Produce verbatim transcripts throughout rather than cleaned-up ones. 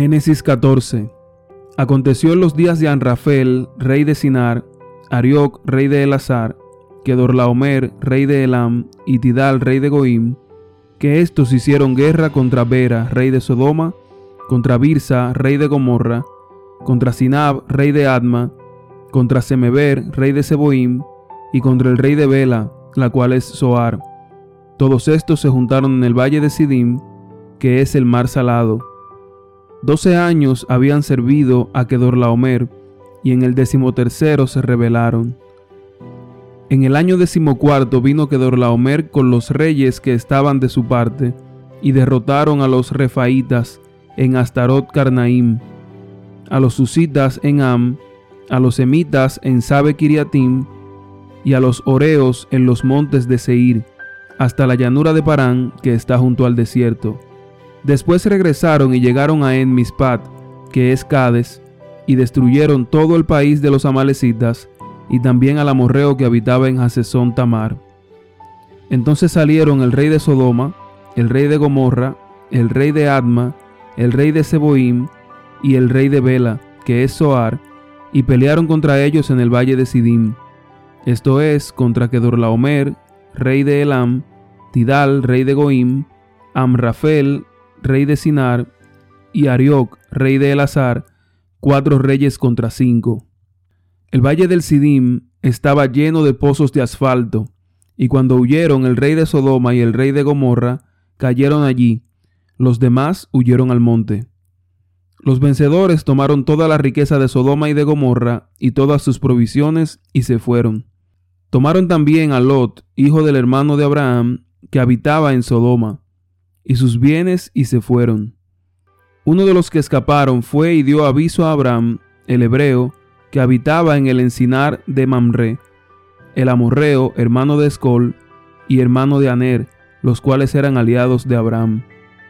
Génesis catorce. Aconteció en los días de Amrafel, rey de Sinar, Arioc, rey de Elasar, Kedorlaomer, rey de Elam, y Tidal, rey de Goim, que éstos hicieron guerra contra Bera, rey de Sodoma, contra Birsa, rey de Gomorra, contra Sinab, rey de Adma, contra Semeber, rey de Seboim, y contra el rey de Bela, la cual es Zoar. Todos estos se juntaron en el valle de Sidim, que es el mar salado. Doce años habían servido a Kedorlaomer, y en el decimotercero se rebelaron. En el año decimocuarto vino Kedorlaomer con los reyes que estaban de su parte, y derrotaron a los refaitas en Astarot Carnaim, a los susitas en Am, a los emitas en Sabe Kiriatim, y a los oreos en los montes de Seir, hasta la llanura de Parán, que está junto al desierto. Después regresaron y llegaron a En Mispat, que es Cades, y destruyeron todo el país de los amalecitas, y también al amorreo que habitaba en Hasezón Tamar. Entonces salieron el rey de Sodoma, el rey de Gomorra, el rey de Adma, el rey de Seboim, y el rey de Bela, que es Zoar, y pelearon contra ellos en el valle de Sidim, esto es, contra Kedorlaomer, rey de Elam, Tidal, rey de Goim, Amrafel, rey de Sinar, y Arioc, rey de Elasar, cuatro reyes contra cinco. El valle del Sidim estaba lleno de pozos de asfalto, y cuando huyeron el rey de Sodoma y el rey de Gomorra, cayeron allí, los demás huyeron al monte. Los vencedores tomaron toda la riqueza de Sodoma y de Gomorra, y todas sus provisiones, y se fueron. Tomaron también a Lot, hijo del hermano de Abraham, que habitaba en Sodoma, y sus bienes, y se fueron. Uno de los que escaparon fue y dio aviso a Abraham, el hebreo, que habitaba en el encinar de Mamre, el amorreo, hermano de Escol, y hermano de Aner, los cuales eran aliados de Abraham.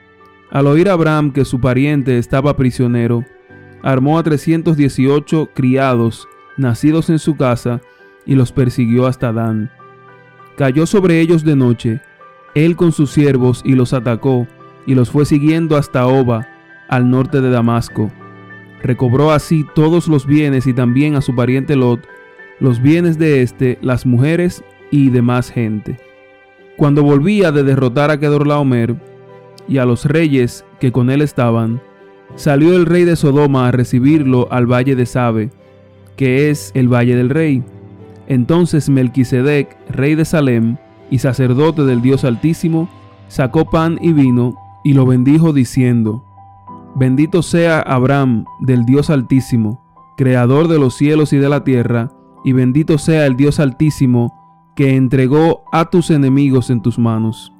Al oír Abraham que su pariente estaba prisionero, armó a trescientos dieciocho criados, nacidos en su casa, y los persiguió hasta Dan. Cayó sobre ellos de noche, él con sus siervos, y los atacó, y los fue siguiendo hasta Oba, al norte de Damasco. Recobró así todos los bienes y también a su pariente Lot, los bienes de éste, las mujeres y demás gente. Cuando volvía de derrotar a Kedorlaomer y a los reyes que con él estaban, salió el rey de Sodoma a recibirlo al valle de Sabe, que es el valle del rey. Entonces Melquisedec, rey de Salem y sacerdote del Dios Altísimo, sacó pan y vino y lo bendijo diciendo: Bendito sea Abraham del Dios Altísimo, creador de los cielos y de la tierra, y bendito sea el Dios Altísimo, que entregó a tus enemigos en tus manos.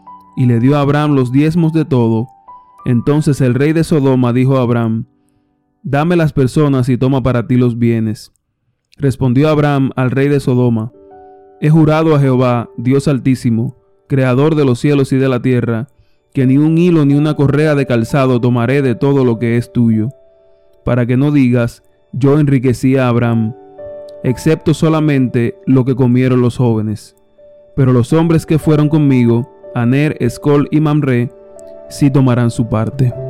Y le dio a Abraham los diezmos de todo. Entonces el rey de Sodoma dijo a Abraham: Dame las personas y toma para ti los bienes. Respondió Abraham al rey de Sodoma: He jurado a Jehová, Dios Altísimo, creador de los cielos y de la tierra, que ni un hilo ni una correa de calzado tomaré de todo lo que es tuyo, para que no digas: yo enriquecí a Abraham, excepto solamente lo que comieron los jóvenes. Pero los hombres que fueron conmigo, Aner, Escol y Mamre, sí tomarán su parte.